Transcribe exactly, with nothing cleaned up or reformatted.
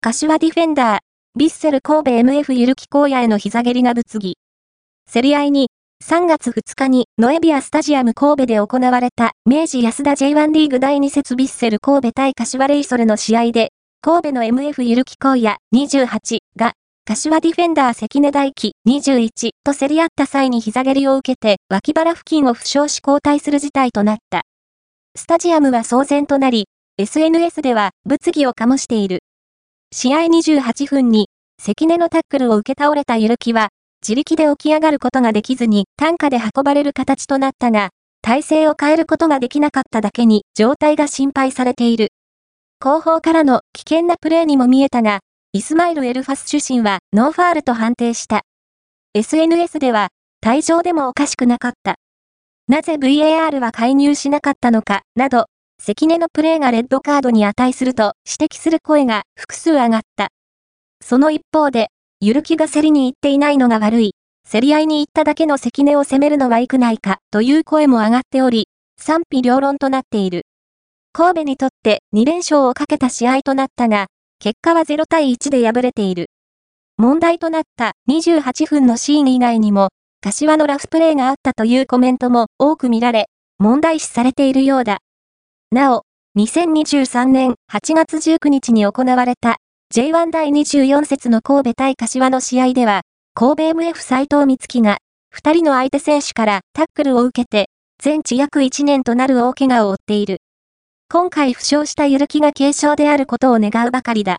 柏ディフェンダー、ヴィッセル神戸 エムエフ ゆるき荒野への膝蹴りが物議。競り合いに、さんがつふつかにノエビアスタジアム神戸で行われた明治安田 ジェイワン リーグだいに節ヴィッセル神戸対柏レイソルの試合で、神戸の エムエフ ゆるき荒野にじゅうはちが、柏ディフェンダー関根大輝にじゅういちと競り合った際に膝蹴りを受けて脇腹付近を負傷し交代する事態となった。スタジアムは騒然となり、エスエヌエス では物議を醸している。試合にじゅうはちふんに関根のタックルを受け倒れたゆるきは、自力で起き上がることができずに担架で運ばれる形となったが、体勢を変えることができなかっただけに状態が心配されている。後方からの危険なプレーにも見えたが、イスマイル・エルファス主審はノーファールと判定した。エスエヌエス では、退場でもおかしくなかった。なぜ ブイエーアール は介入しなかったのか、など、関根のプレーがレッドカードに値すると指摘する声が複数上がった。その一方で、ゆるきが競りに行っていないのが悪い。競り合いに行っただけの関根を責めるのは良くないか、という声も上がっており、賛否両論となっている。神戸にとってにれんしょうをかけた試合となったが、結果はゼロたいいちで敗れている。問題となったにじゅうはちふんのシーン以外にも、柏のラフプレーがあったというコメントも多く見られ、問題視されているようだ。なお、にせんにじゅうさんねんはちがつじゅうくにちに行われた ジェイワン だいにじゅうよん節の神戸対柏の試合では、神戸 エムエフ 斉藤光樹が、二人の相手選手からタックルを受けて、全治約いちねんとなる大怪我を負っている。今回負傷したゆるきが軽傷であることを願うばかりだ。